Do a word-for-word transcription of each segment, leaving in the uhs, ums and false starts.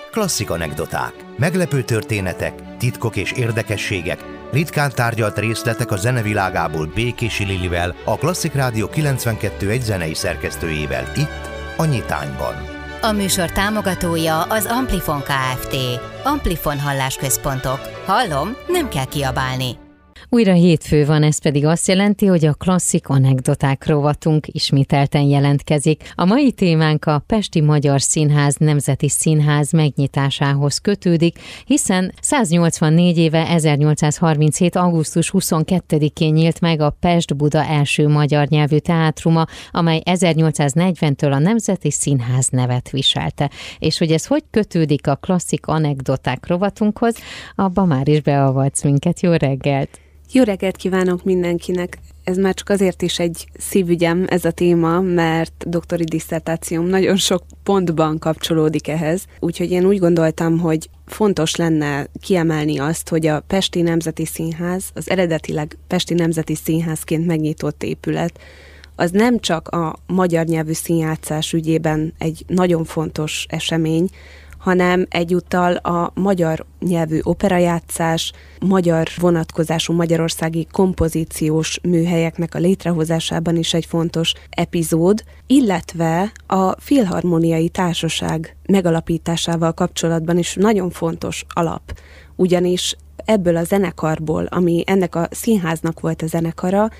Klasszik anekdoták, meglepő történetek, titkok és érdekességek, ritkán tárgyalt részletek a zenevilágából Békési Lilivel, a Klasszik Rádió kilencvenkettő egy zenei szerkesztőjével itt, a Nyitányban. A műsor támogatója az Amplifon Kft. Amplifon hallásközpontok. Hallom, nem kell kiabálni. Újra hétfő van, ez pedig azt jelenti, hogy a klasszik anekdoták rovatunk ismételten jelentkezik. A mai témánk a Pesti Magyar Színház Nemzeti Színház megnyitásához kötődik, hiszen száznyolcvannégy éve ezernyolcszázharminchét. augusztus huszonkettedikén nyílt meg a Pest-Buda első magyar nyelvű teátruma, amely ezernyolcszáznegyventől a Nemzeti Színház nevet viselte. És hogy ez hogy kötődik a klasszik anekdoták rovatunkhoz, abba már is beavatsz minket. Jó reggelt! Jó reggelt kívánok mindenkinek! Ez már csak azért is egy szívügyem ez a téma, mert doktori disszertációm nagyon sok pontban kapcsolódik ehhez, úgyhogy én úgy gondoltam, hogy fontos lenne kiemelni azt, hogy a Pesti Nemzeti Színház, az eredetileg Pesti Nemzeti Színházként megnyitott épület, az nem csak a magyar nyelvű színjátszás ügyében egy nagyon fontos esemény, hanem egyúttal a magyar nyelvű operajátszás, magyar vonatkozású magyarországi kompozíciós műhelyeknek a létrehozásában is egy fontos epizód, illetve a Filharmoniai Társaság megalapításával kapcsolatban is nagyon fontos alap, ugyanis ebből a zenekarból, ami ennek a színháznak volt a zenekara,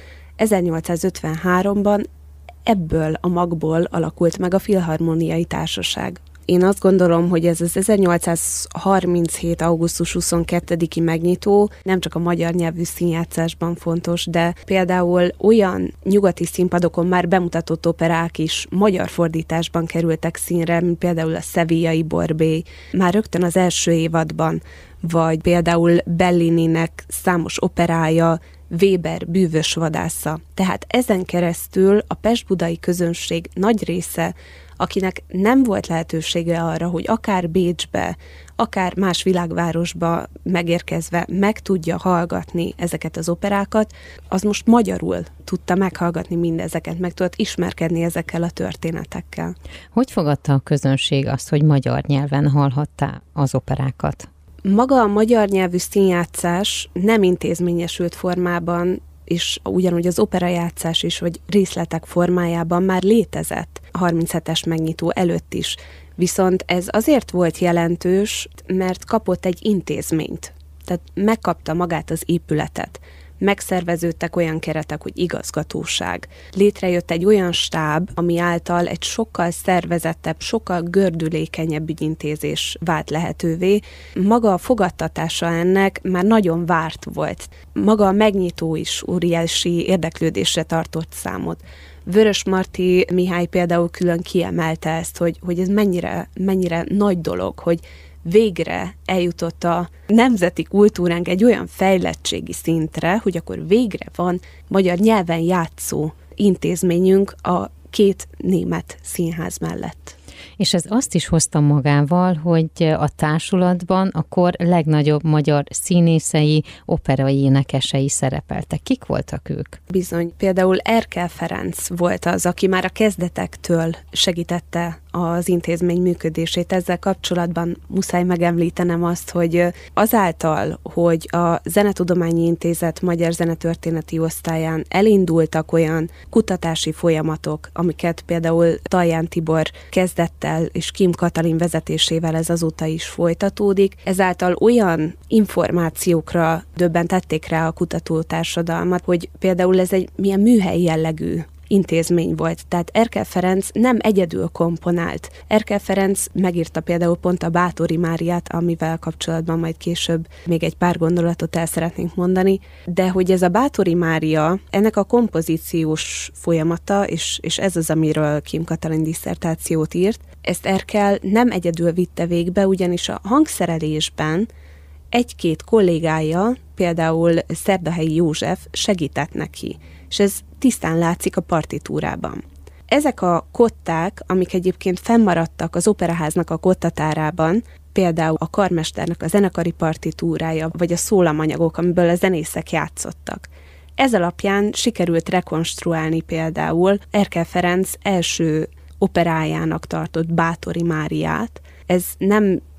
ezernyolcszázötvenháromban ebből a magból alakult meg a Filharmoniai Társaság. Én azt gondolom, hogy ez az ezernyolcszázharminchét. augusztus huszonkettediki megnyitó nem csak a magyar nyelvű színjátszásban fontos, de például olyan nyugati színpadokon már bemutatott operák is magyar fordításban kerültek színre, mint például a Sevillai Borbély, már rögtön az első évadban, vagy például Bellininek számos operája, Weber Bűvös vadásza. Tehát ezen keresztül a pest-budai közönség nagy része, akinek nem volt lehetősége arra, hogy akár Bécsbe, akár más világvárosba megérkezve meg tudja hallgatni ezeket az operákat, az most magyarul tudta meghallgatni mindezeket, meg tudott ismerkedni ezekkel a történetekkel. Hogy fogadta a közönség azt, hogy magyar nyelven hallhatta az operákat? Maga a magyar nyelvű színjátszás nem intézményesült formában, és ugyanúgy az operajátszás is, vagy részletek formájában már létezett a harminchetes megnyitó előtt is. Viszont ez azért volt jelentős, mert kapott egy intézményt. Tehát megkapta magát az épületet. Megszerveződtek olyan keretek, hogy igazgatóság. Létrejött egy olyan stáb, ami által egy sokkal szervezettebb, sokkal gördülékenyebb ügyintézés vált lehetővé. Maga a fogadtatása ennek már nagyon várt volt. Maga a megnyitó is óriási érdeklődésre tartott számot. Vörösmarty Mihály például külön kiemelte ezt, hogy, hogy ez mennyire, mennyire nagy dolog, hogy végre eljutott a nemzeti kultúránk egy olyan fejlettségi szintre, hogy akkor végre van magyar nyelven játszó intézményünk a két német színház mellett. És ez azt is hozta magával, hogy a társulatban a kor legnagyobb magyar színészei, operai énekesei szerepeltek. Kik voltak ők? Bizony, például Erkel Ferenc volt az, aki már a kezdetektől segítette az intézmény működését. Ezzel kapcsolatban muszáj megemlítenem azt, hogy azáltal, hogy a Zenetudományi Intézet Magyar Zenetörténeti Osztályán elindultak olyan kutatási folyamatok, amiket például Talján Tibor kezdett el, és Kim Katalin vezetésével ez azóta is folytatódik. Ezáltal olyan információkra döbbentették rá a kutatótársadalmat, hogy például ez egy milyen műhely jellegű intézmény volt. Tehát Erkel Ferenc nem egyedül komponált. Erkel Ferenc megírta például pont a Báthori Máriát, amivel kapcsolatban majd később még egy pár gondolatot el szeretnénk mondani, de hogy ez a Báthori Mária, ennek a kompozíciós folyamata, és, és ez az, amiről Kim Katalin disszertációt írt, ezt Erkel nem egyedül vitte végbe, ugyanis a hangszerelésben egy-két kollégája, például Szerdahelyi József segített neki, és ez tisztán látszik a partitúrában. Ezek a kották, amik egyébként fennmaradtak az operaháznak a kottatárában, például a karmesternek a zenekari partitúrája, vagy a szólamanyagok, amiből a zenészek játszottak. Ez alapján sikerült rekonstruálni például Erkel Ferenc első operájának tartott Báthori Máriát. Ez nem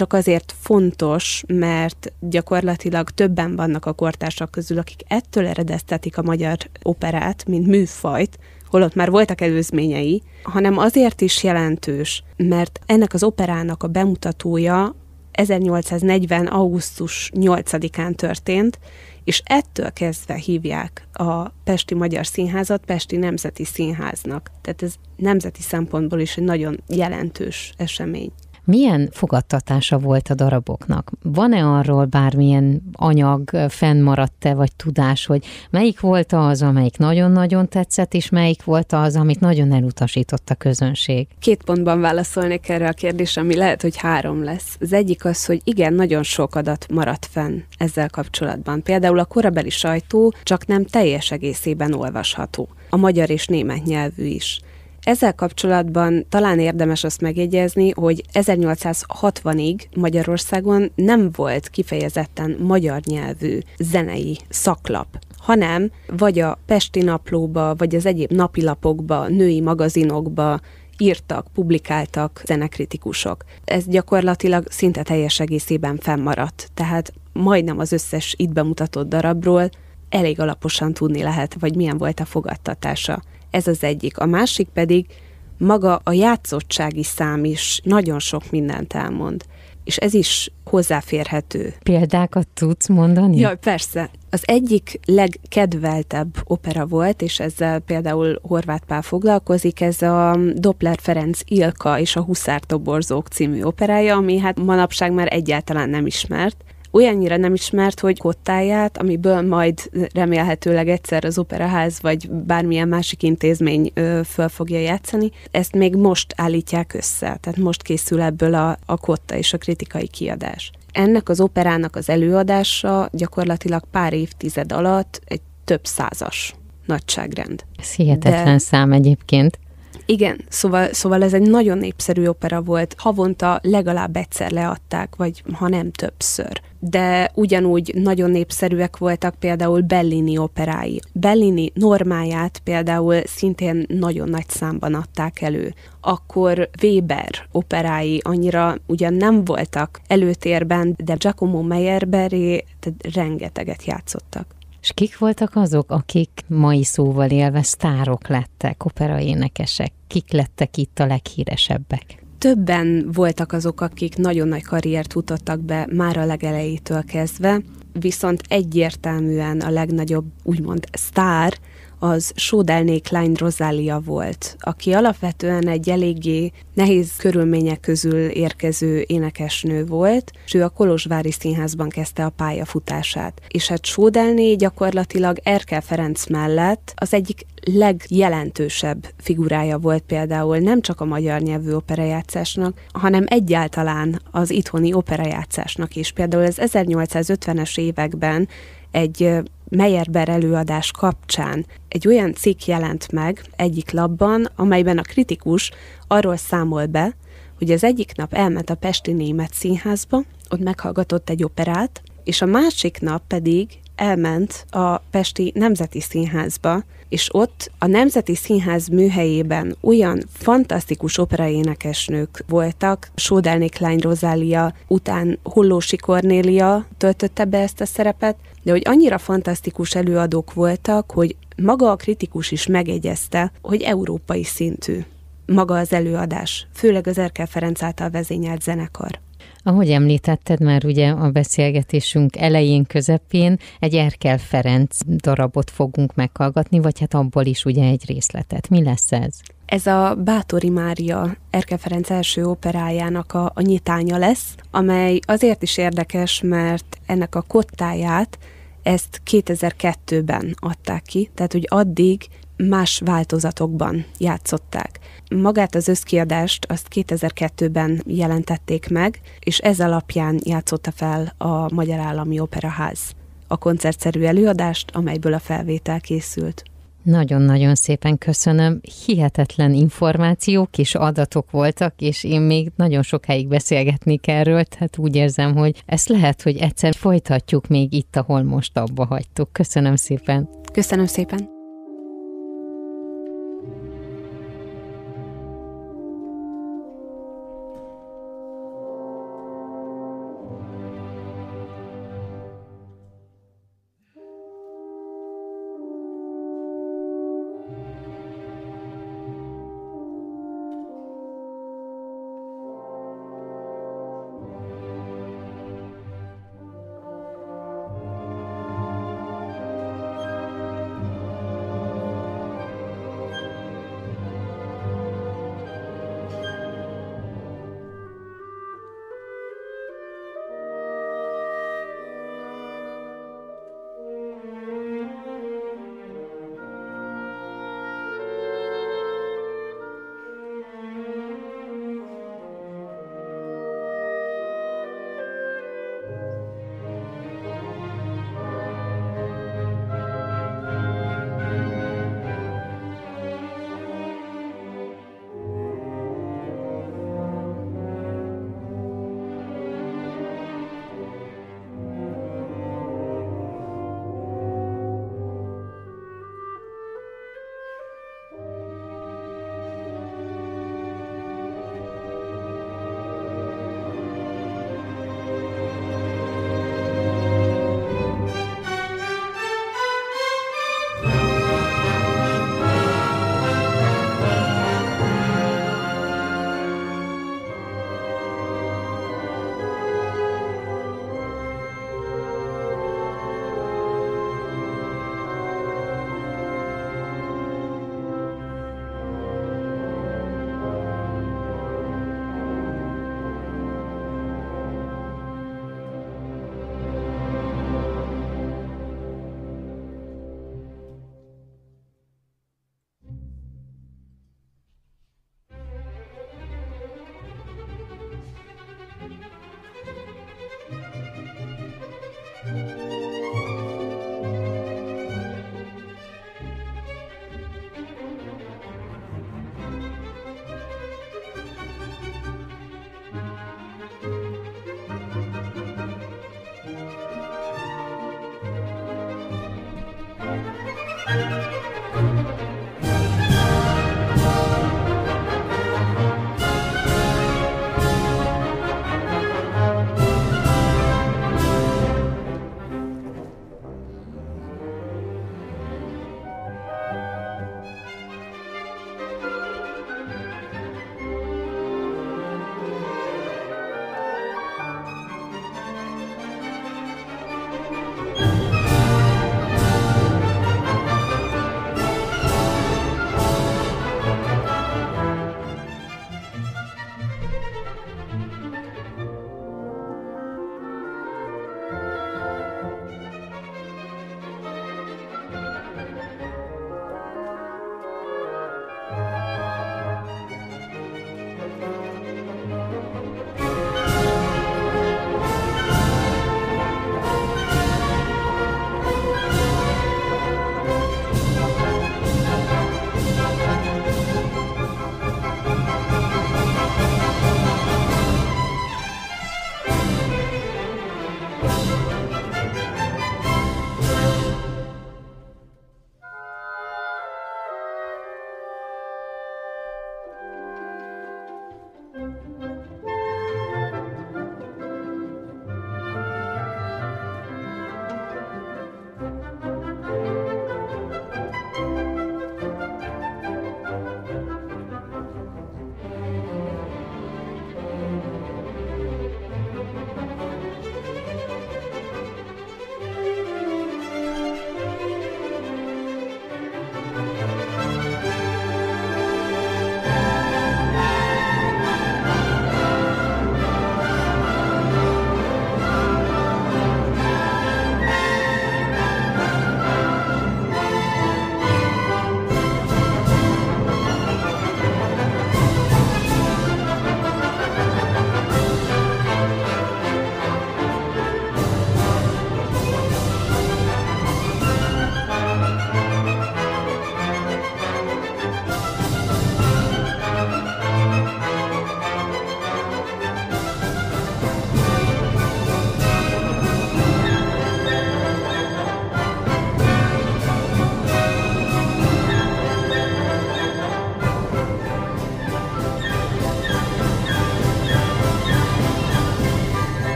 csak azért fontos, mert gyakorlatilag többen vannak a kortársak közül, akik ettől eredeztetik a magyar operát, mint műfajt, holott már voltak előzményei, hanem azért is jelentős, mert ennek az operának a bemutatója ezernyolcszáznegyven. augusztus nyolcadikán történt, és ettől kezdve hívják a Pesti Magyar Színházat Pesti Nemzeti Színháznak. Tehát ez nemzeti szempontból is egy nagyon jelentős esemény. Milyen fogadtatása volt a daraboknak? Van-e arról bármilyen anyag fennmaradt-e, vagy tudás, hogy melyik volt az, amelyik nagyon-nagyon tetszett, és melyik volt az, amit nagyon elutasított a közönség? Két pontban válaszolnék erre a kérdésre, ami lehet, hogy három lesz. Az egyik az, hogy igen, nagyon sok adat maradt fenn ezzel kapcsolatban. Például a korabeli sajtó csak nem teljes egészében olvasható. A magyar és német nyelvű is. Ezzel kapcsolatban talán érdemes azt megjegyezni, hogy ezernyolcszázhatvanig Magyarországon nem volt kifejezetten magyar nyelvű zenei szaklap, hanem vagy a Pesti Naplóba, vagy az egyéb napilapokba, női magazinokba írtak, publikáltak zenekritikusok. Ez gyakorlatilag szinte teljes egészében fennmaradt, tehát majdnem az összes itt bemutatott darabról elég alaposan tudni lehet, vagy milyen volt a fogadtatása. Ez az egyik. A másik pedig maga a játszottsági szám is nagyon sok mindent elmond. És ez is hozzáférhető. Példákat tudsz mondani? Ja, persze. Az egyik legkedveltebb opera volt, és ezzel például Horváth Pál foglalkozik, ez a Doppler Ferenc Ilka és a Huszártoborzók című operája, ami hát manapság már egyáltalán nem ismert. Olyannyira nem ismert, hogy kottáját, amiből majd remélhetőleg egyszer az Operaház vagy bármilyen másik intézmény ö, föl fogja játszani, ezt még most állítják össze, tehát most készül ebből a, a kotta és a kritikai kiadás. Ennek az operának az előadása gyakorlatilag pár évtized alatt egy több százas nagyságrend. Ez hihetetlen De... szám egyébként. Igen, szóval, szóval ez egy nagyon népszerű opera volt, havonta legalább egyszer leadták, vagy ha nem többször. De ugyanúgy nagyon népszerűek voltak például Bellini operái. Bellini Normáját például szintén nagyon nagy számban adták elő. Akkor Weber operái annyira ugyan nem voltak előtérben, de Giacomo Meyerbeeré rengeteget játszottak. És kik voltak azok, akik mai szóval élve sztárok lettek, operaénekesek? Kik lettek itt a leghíresebbek? Többen voltak azok, akik nagyon nagy karriert futottak be már a legelejétől kezdve, viszont egyértelműen a legnagyobb, úgymond sztár, az Sódelné Klein Rozália volt, aki alapvetően egy eléggé nehéz körülmények közül érkező énekesnő volt, és ő a Kolozsvári Színházban kezdte a pályafutását. És hát Sódelné gyakorlatilag Erkel Ferenc mellett az egyik legjelentősebb figurája volt például nem csak a magyar nyelvű operajátszásnak, hanem egyáltalán az itthoni operajátszásnak is. Például az ezernyolcszázötvenes években egy Meyerbeer előadás kapcsán egy olyan cikk jelent meg egyik lapban, amelyben a kritikus arról számol be, hogy az egyik nap elment a Pesti Német Színházba, ott meghallgatott egy operát, és a másik nap pedig elment a Pesti Nemzeti Színházba, és ott a Nemzeti Színház műhelyében olyan fantasztikus operaénekesnők voltak, Sódelné Klein Rozália után Hollósi Kornélia töltötte be ezt a szerepet, de hogy annyira fantasztikus előadók voltak, hogy maga a kritikus is megegyezte, hogy európai szintű maga az előadás, főleg az Erkel Ferenc által vezényelt zenekar. Ahogy említetted már ugye a beszélgetésünk elején, közepén egy Erkel Ferenc darabot fogunk meghallgatni, vagy hát abból is ugye egy részletet. Mi lesz ez? Ez a Báthori Mária Erkel Ferenc első operájának a, a nyitánya lesz, amely azért is érdekes, mert ennek a kottáját ezt kétezer-kettőben adták ki, tehát hogy addig más változatokban játszották. Magát az összkiadást azt kétezer-kettőben jelentették meg, és ez alapján játszotta fel a Magyar Állami Operaház a koncertszerű előadást, amelyből a felvétel készült. Nagyon-nagyon szépen köszönöm. Hihetetlen információk és adatok voltak, és én még nagyon sokáig beszélgetnék erről, tehát úgy érzem, hogy ezt lehet, hogy egyszer folytatjuk még itt, ahol most abba hagytuk. Köszönöm szépen. Köszönöm szépen.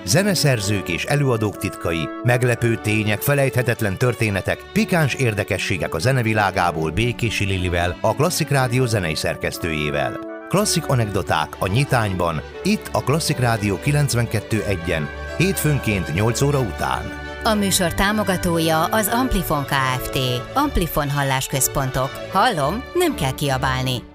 zeneszerzők és előadók titkai, meglepő tények, felejthetetlen történetek, pikáns érdekességek a zenevilágából Békési Lilivel, a Klasszik Rádió zenei szerkesztőjével. Klasszik anekdoták a Nyitányban, itt a Klasszik Rádió kilencvenkettő egyen, hétfőnként nyolc óra után. A műsor támogatója az Amplifon Kft. Amplifon hallásközpontok. Hallom, nem kell kiabálni.